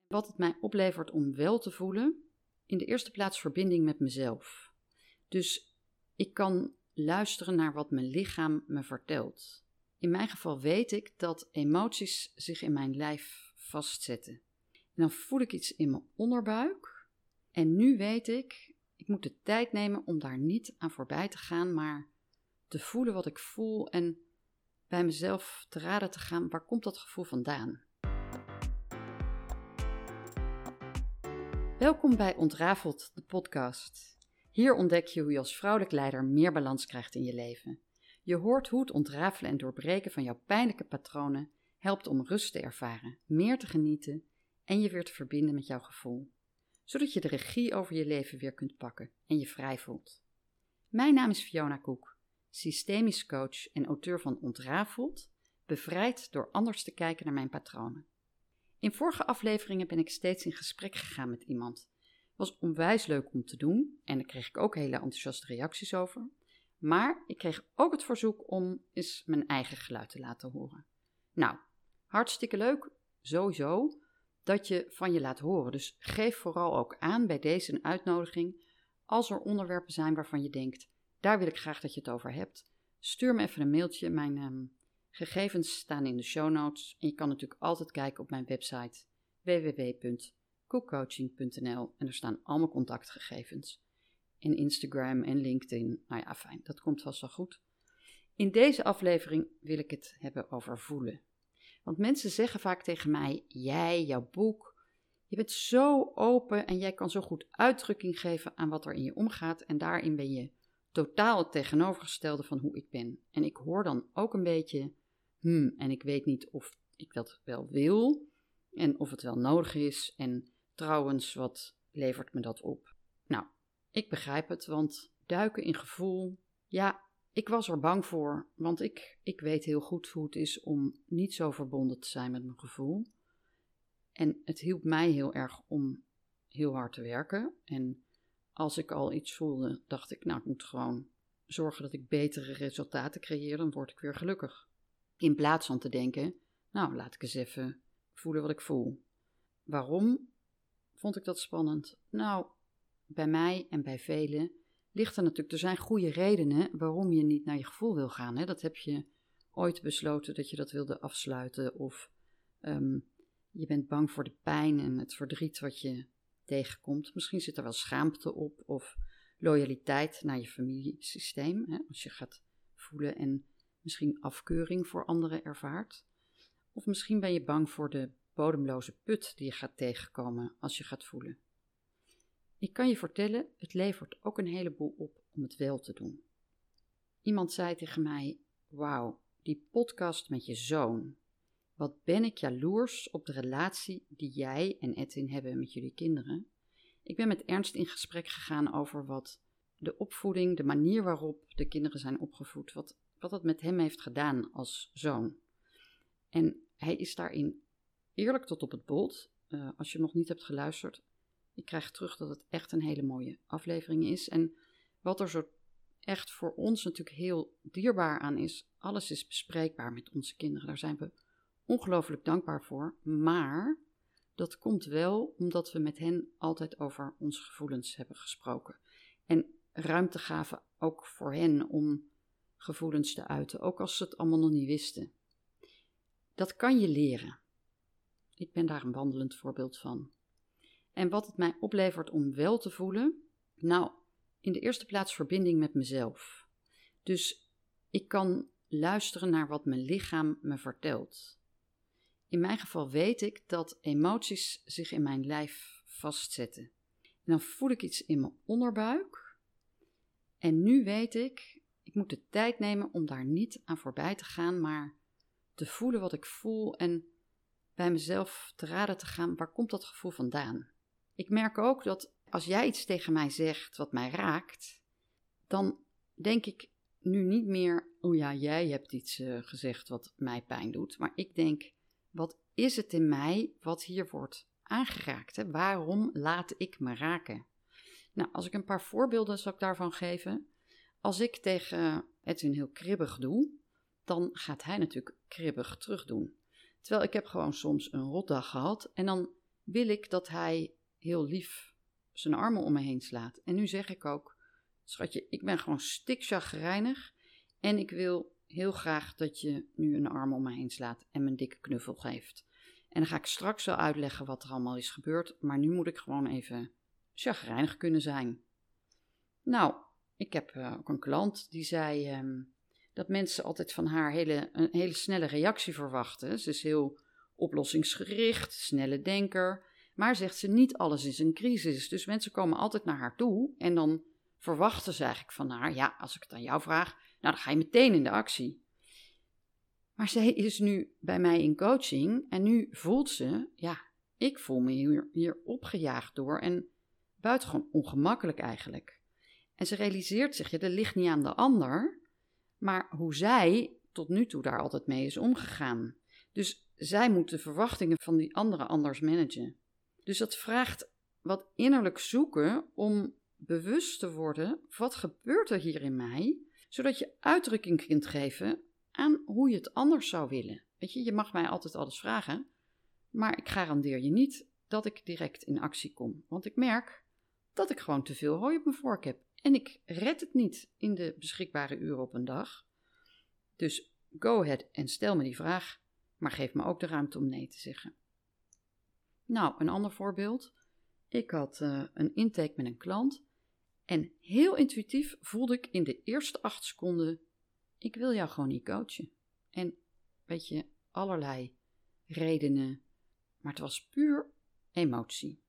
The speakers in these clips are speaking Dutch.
Wat het mij oplevert om wel te voelen, in de eerste plaats verbinding met mezelf. Dus ik kan luisteren naar wat mijn lichaam me vertelt. In mijn geval weet ik dat emoties zich in mijn lijf vastzetten. En dan voel ik iets in mijn onderbuik. En nu weet ik moet de tijd nemen om daar niet aan voorbij te gaan, maar te voelen wat ik voel en bij mezelf te raden te gaan, waar komt dat gevoel vandaan? Welkom bij Ontrafeld, de podcast. Hier ontdek je hoe je als vrouwelijk leider meer balans krijgt in je leven. Je hoort hoe het ontrafelen en doorbreken van jouw pijnlijke patronen helpt om rust te ervaren, meer te genieten en je weer te verbinden met jouw gevoel. Zodat je de regie over je leven weer kunt pakken en je vrij voelt. Mijn naam is Fiona Koek, systemisch coach en auteur van Ontrafeld, bevrijd door anders te kijken naar mijn patronen. In vorige afleveringen ben ik steeds in gesprek gegaan met iemand. Het was onwijs leuk om te doen en daar kreeg ik ook hele enthousiaste reacties over. Maar ik kreeg ook het verzoek om eens mijn eigen geluid te laten horen. Nou, hartstikke leuk, sowieso, dat je van je laat horen. Dus geef vooral ook aan bij deze een uitnodiging. Als er onderwerpen zijn waarvan je denkt, daar wil ik graag dat je het over hebt. Stuur me even een mailtje. Mijn gegevens staan in de show notes. En je kan natuurlijk altijd kijken op mijn website www.koekcoaching.nl. En er staan al mijn contactgegevens. En Instagram en LinkedIn. Nou ja, fijn, dat komt vast wel goed. In deze aflevering wil ik het hebben over voelen. Want mensen zeggen vaak tegen mij, jij, jouw boek, je bent zo open en jij kan zo goed uitdrukking geven aan wat er in je omgaat. En daarin ben je totaal het tegenovergestelde van hoe ik ben. En ik hoor dan ook een beetje, en ik weet niet of ik dat wel wil en of het wel nodig is. En trouwens, wat levert me dat op? Nou, ik begrijp het, want duiken in gevoel, ja, ik was er bang voor, want ik weet heel goed hoe het is om niet zo verbonden te zijn met mijn gevoel. En het hielp mij heel erg om heel hard te werken. En als ik al iets voelde, dacht ik, nou, ik moet gewoon zorgen dat ik betere resultaten creëer, dan word ik weer gelukkig. In plaats van te denken, nou, laat ik eens even voelen wat ik voel. Waarom vond ik dat spannend? Nou, bij mij en bij velen ligt er natuurlijk, er zijn goede redenen waarom je niet naar je gevoel wil gaan. Hè? Dat heb je ooit besloten dat je dat wilde afsluiten of je bent bang voor de pijn en het verdriet wat je tegenkomt. Misschien zit er wel schaamte op of loyaliteit naar je familiesysteem. Hè? Als je gaat voelen en misschien afkeuring voor anderen ervaart. Of misschien ben je bang voor de bodemloze put die je gaat tegenkomen als je gaat voelen. Ik kan je vertellen, het levert ook een heleboel op om het wel te doen. Iemand zei tegen mij, wauw, die podcast met je zoon. Wat ben ik jaloers op de relatie die jij en Edwin hebben met jullie kinderen. Ik ben met Ernst in gesprek gegaan over wat de opvoeding, de manier waarop de kinderen zijn opgevoed, wat het met hem heeft gedaan als zoon. En hij is daarin eerlijk tot op het bot. Als je nog niet hebt geluisterd, ik krijg terug dat het echt een hele mooie aflevering is. En wat er zo echt voor ons natuurlijk heel dierbaar aan is, alles is bespreekbaar met onze kinderen. Daar zijn we ongelooflijk dankbaar voor. Maar dat komt wel omdat we met hen altijd over onze gevoelens hebben gesproken. En ruimte gaven ook voor hen om gevoelens te uiten, ook als ze het allemaal nog niet wisten. Dat kan je leren. Ik ben daar een wandelend voorbeeld van. En wat het mij oplevert om wel te voelen? Nou, in de eerste plaats verbinding met mezelf. Dus ik kan luisteren naar wat mijn lichaam me vertelt. In mijn geval weet ik dat emoties zich in mijn lijf vastzetten. En dan voel ik iets in mijn onderbuik. En nu weet ik moet de tijd nemen om daar niet aan voorbij te gaan, maar te voelen wat ik voel en bij mezelf te raden te gaan, waar komt dat gevoel vandaan? Ik merk ook dat als jij iets tegen mij zegt wat mij raakt, dan denk ik nu niet meer, oh ja, jij hebt iets gezegd wat mij pijn doet. Maar ik denk, wat is het in mij wat hier wordt aangeraakt? Hè? Waarom laat ik me raken? Nou, als ik een paar voorbeelden zal ik daarvan geven. Als ik tegen Edwin heel kribbig doe, dan gaat hij natuurlijk kribbig terug doen. Terwijl ik heb gewoon soms een rotdag gehad en dan wil ik dat hij heel lief zijn armen om me heen slaat. En nu zeg ik ook, schatje, ik ben gewoon stikchagrijnig en ik wil heel graag dat je nu een arm om me heen slaat en me een dikke knuffel geeft. En dan ga ik straks wel uitleggen wat er allemaal is gebeurd, maar nu moet ik gewoon even chagrijnig kunnen zijn. Nou, ik heb ook een klant die zei dat mensen altijd van haar een hele snelle reactie verwachten. Ze is heel oplossingsgericht, snelle denker, maar zegt ze, niet alles is een crisis. Dus mensen komen altijd naar haar toe en dan verwachten ze eigenlijk van haar, ja, als ik het aan jou vraag, nou dan ga je meteen in de actie. Maar zij is nu bij mij in coaching en nu voelt ze, ja, ik voel me hier opgejaagd door en buitengewoon ongemakkelijk eigenlijk. En ze realiseert zich, ja, dat ligt niet aan de ander, maar hoe zij tot nu toe daar altijd mee is omgegaan. Dus zij moet de verwachtingen van die andere anders managen. Dus dat vraagt wat innerlijk zoeken om bewust te worden, wat gebeurt er hier in mij, zodat je uitdrukking kunt geven aan hoe je het anders zou willen. Weet je mag mij altijd alles vragen, maar ik garandeer je niet dat ik direct in actie kom. Want ik merk dat ik gewoon te veel hooi op mijn vork heb. En ik red het niet in de beschikbare uren op een dag. Dus go ahead en stel me die vraag, maar geef me ook de ruimte om nee te zeggen. Nou, een ander voorbeeld. Ik had een intake met een klant en heel intuïtief voelde ik in de eerste 8 seconden, ik wil jou gewoon niet coachen. En weet je, allerlei redenen, maar het was puur emotie.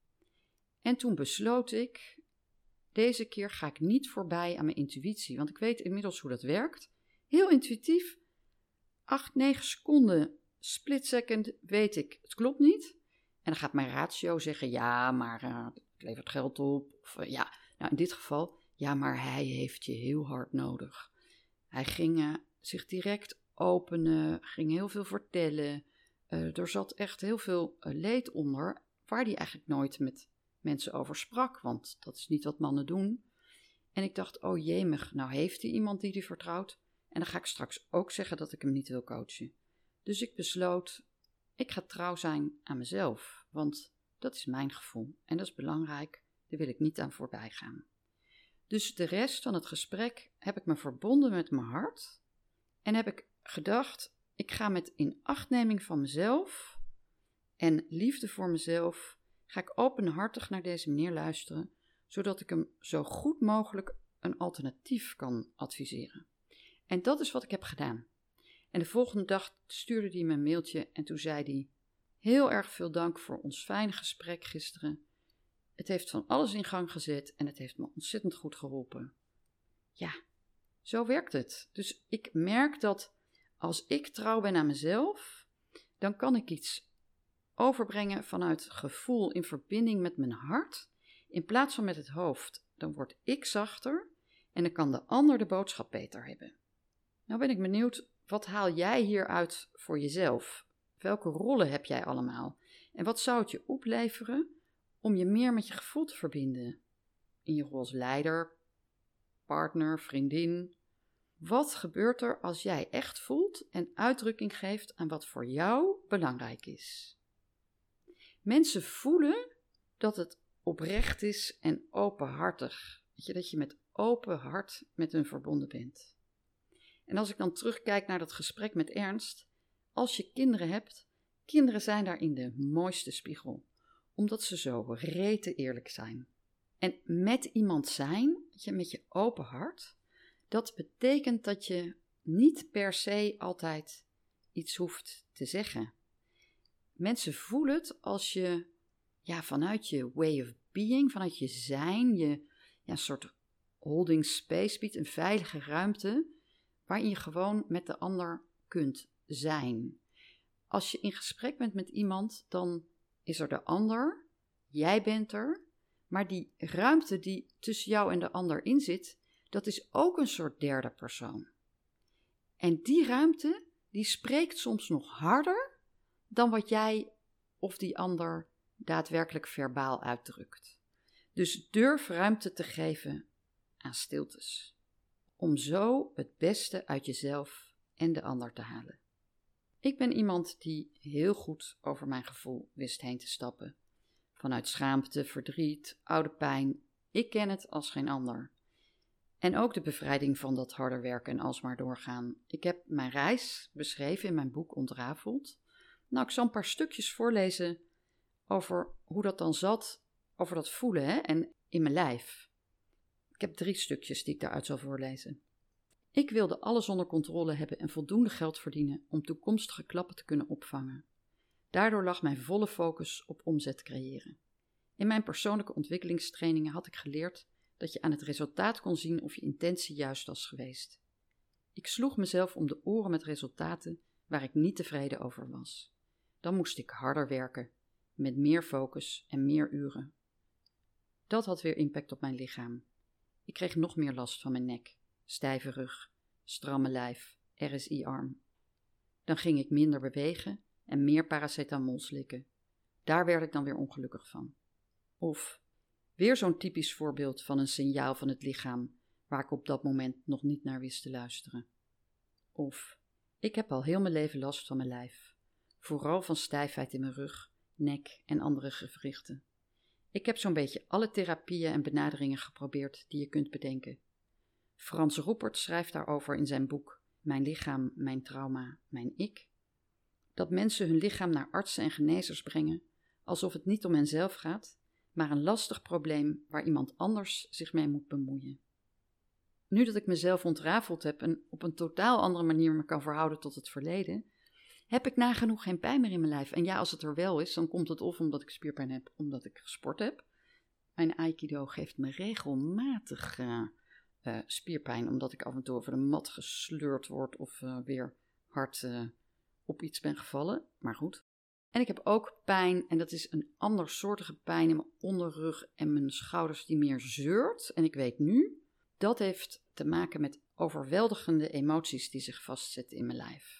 En toen besloot ik, deze keer ga ik niet voorbij aan mijn intuïtie, want ik weet inmiddels hoe dat werkt. Heel intuïtief, 8, 9 seconden, split second, weet ik, het klopt niet. En dan gaat mijn ratio zeggen, ja, maar het levert geld op. Of ja, nou in dit geval, ja, maar hij heeft je heel hard nodig. Hij ging zich direct openen, ging heel veel vertellen. Er zat echt heel veel leed onder, waar hij eigenlijk nooit met mensen over sprak, want dat is niet wat mannen doen. En ik dacht, oh jemig, nou heeft hij iemand die hij vertrouwt. En dan ga ik straks ook zeggen dat ik hem niet wil coachen. Dus ik besloot, ik ga trouw zijn aan mezelf, want dat is mijn gevoel en dat is belangrijk, daar wil ik niet aan voorbij gaan. Dus de rest van het gesprek heb ik me verbonden met mijn hart en heb ik gedacht, ik ga met inachtneming van mezelf en liefde voor mezelf, ga ik openhartig naar deze meneer luisteren, zodat ik hem zo goed mogelijk een alternatief kan adviseren. En dat is wat ik heb gedaan. En de volgende dag stuurde hij me een mailtje en toen zei hij, heel erg veel dank voor ons fijne gesprek gisteren. Het heeft van alles in gang gezet en het heeft me ontzettend goed geholpen. Ja, zo werkt het. Dus ik merk dat als ik trouw ben aan mezelf, dan kan ik iets overbrengen vanuit gevoel in verbinding met mijn hart, in plaats van met het hoofd. Dan word ik zachter en dan kan de ander de boodschap beter hebben. Nou ben ik benieuwd, wat haal jij hieruit voor jezelf? Welke rollen heb jij allemaal? En wat zou het je opleveren om je meer met je gevoel te verbinden? In je rol als leider, partner, vriendin. Wat gebeurt er als jij echt voelt en uitdrukking geeft aan wat voor jou belangrijk is? Mensen voelen dat het oprecht is en openhartig. Weet je, dat je met open hart met hun verbonden bent. En als ik dan terugkijk naar dat gesprek met Ernst, als je kinderen hebt, kinderen zijn daarin de mooiste spiegel, omdat ze zo rete eerlijk zijn. En met iemand zijn, met je open hart, dat betekent dat je niet per se altijd iets hoeft te zeggen. Mensen voelen het als je vanuit je way of being, vanuit je zijn, je een soort holding space biedt, een veilige ruimte, waarin je gewoon met de ander kunt zijn. Als je in gesprek bent met iemand, dan is er de ander, jij bent er, maar die ruimte die tussen jou en de ander in zit, dat is ook een soort derde persoon. En die ruimte, die spreekt soms nog harder dan wat jij of die ander daadwerkelijk verbaal uitdrukt. Dus durf ruimte te geven aan stiltes, om zo het beste uit jezelf en de ander te halen. Ik ben iemand die heel goed over mijn gevoel wist heen te stappen. Vanuit schaamte, verdriet, oude pijn. Ik ken het als geen ander. En ook de bevrijding van dat harder werken en alsmaar doorgaan. Ik heb mijn reis beschreven in mijn boek Ontrafeld. Nou, ik zal een paar stukjes voorlezen over hoe dat dan zat, over dat voelen en in mijn lijf. Ik heb 3 stukjes die ik daaruit zal voorlezen. Ik wilde alles onder controle hebben en voldoende geld verdienen om toekomstige klappen te kunnen opvangen. Daardoor lag mijn volle focus op omzet creëren. In mijn persoonlijke ontwikkelingstrainingen had ik geleerd dat je aan het resultaat kon zien of je intentie juist was geweest. Ik sloeg mezelf om de oren met resultaten waar ik niet tevreden over was. Dan moest ik harder werken, met meer focus en meer uren. Dat had weer impact op mijn lichaam. Ik kreeg nog meer last van mijn nek, stijve rug, stramme lijf, RSI-arm. Dan ging ik minder bewegen en meer paracetamol slikken. Daar werd ik dan weer ongelukkig van. Of weer zo'n typisch voorbeeld van een signaal van het lichaam waar ik op dat moment nog niet naar wist te luisteren. Of ik heb al heel mijn leven last van mijn lijf, vooral van stijfheid in mijn rug, nek en andere gewrichten. Ik heb zo'n beetje alle therapieën en benaderingen geprobeerd die je kunt bedenken. Frans Ruppert schrijft daarover in zijn boek Mijn lichaam, mijn trauma, mijn ik. Dat mensen hun lichaam naar artsen en genezers brengen, alsof het niet om henzelf gaat, maar een lastig probleem waar iemand anders zich mee moet bemoeien. Nu dat ik mezelf ontrafeld heb en op een totaal andere manier me kan verhouden tot het verleden, heb ik nagenoeg geen pijn meer in mijn lijf. En ja, als het er wel is, dan komt het of omdat ik spierpijn heb, omdat ik gesport heb. Mijn aikido geeft me regelmatig spierpijn, omdat ik af en toe over de mat gesleurd word of weer hard op iets ben gevallen. Maar goed. En ik heb ook pijn, en dat is een andersoortige pijn in mijn onderrug en mijn schouders die meer zeurt. En ik weet nu, dat heeft te maken met overweldigende emoties die zich vastzetten in mijn lijf.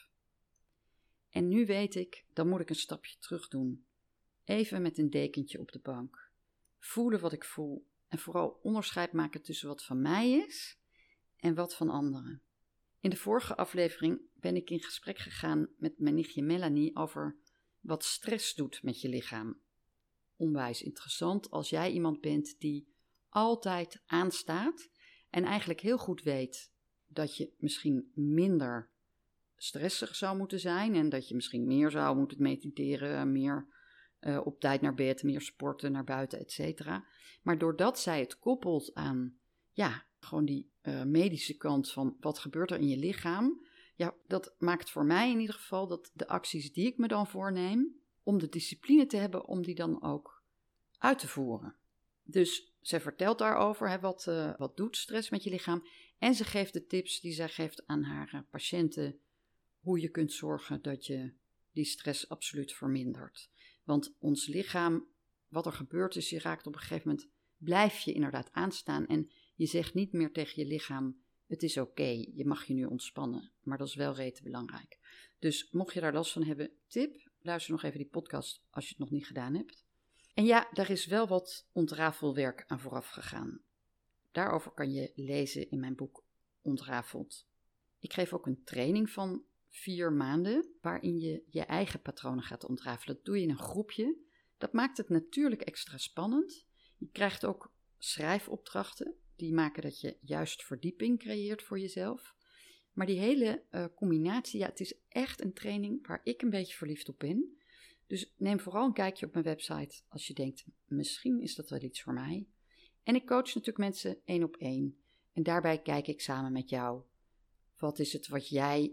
En nu weet ik, dan moet ik een stapje terug doen. Even met een dekentje op de bank. Voelen wat ik voel en vooral onderscheid maken tussen wat van mij is en wat van anderen. In de vorige aflevering ben ik in gesprek gegaan met mijn nichtje Melanie over wat stress doet met je lichaam. Onwijs interessant als jij iemand bent die altijd aanstaat en eigenlijk heel goed weet dat je misschien minder stressig zou moeten zijn en dat je misschien meer zou moeten mediteren, meer op tijd naar bed, meer sporten, naar buiten, etc. Maar doordat zij het koppelt aan, gewoon die medische kant van wat gebeurt er in je lichaam, dat maakt voor mij in ieder geval dat de acties die ik me dan voorneem, om de discipline te hebben om die dan ook uit te voeren. Dus zij vertelt daarover, wat doet stress met je lichaam, en ze geeft de tips die zij geeft aan haar patiënten, hoe je kunt zorgen dat je die stress absoluut vermindert. Want ons lichaam, wat er gebeurt is, je raakt op een gegeven moment, blijf je inderdaad aanstaan en je zegt niet meer tegen je lichaam, het is oké, je mag je nu ontspannen. Maar dat is wel rete belangrijk. Dus mocht je daar last van hebben, tip, luister nog even die podcast als je het nog niet gedaan hebt. En ja, daar is wel wat ontrafelwerk aan vooraf gegaan. Daarover kan je lezen in mijn boek Ontrafeld. Ik geef ook een training van 4 maanden, waarin je je eigen patronen gaat ontrafelen. Dat doe je in een groepje. Dat maakt het natuurlijk extra spannend. Je krijgt ook schrijfopdrachten, die maken dat je juist verdieping creëert voor jezelf. Maar die hele combinatie, het is echt een training waar ik een beetje verliefd op ben. Dus neem vooral een kijkje op mijn website als je denkt, misschien is dat wel iets voor mij. En ik coach natuurlijk mensen 1 op 1. En daarbij kijk ik samen met jou, wat is het wat jij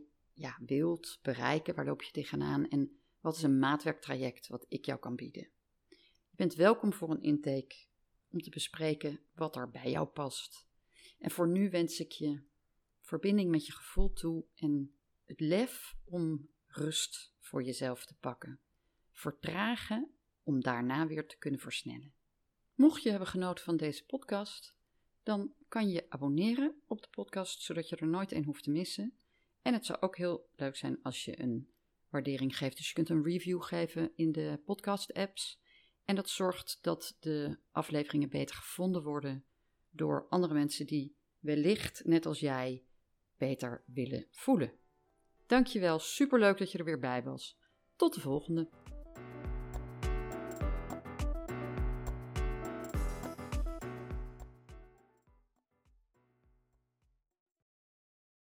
wilt bereiken, waar loop je tegenaan en wat is een maatwerktraject wat ik jou kan bieden. Je bent welkom voor een intake om te bespreken wat er bij jou past. En voor nu wens ik je verbinding met je gevoel toe en het lef om rust voor jezelf te pakken. Vertragen om daarna weer te kunnen versnellen. Mocht je hebben genoten van deze podcast, dan kan je abonneren op de podcast, zodat je er nooit een hoeft te missen. En het zou ook heel leuk zijn als je een waardering geeft. Dus je kunt een review geven in de podcast-apps. En dat zorgt dat de afleveringen beter gevonden worden door andere mensen die wellicht, net als jij, beter willen voelen. Dankjewel, superleuk dat je er weer bij was. Tot de volgende!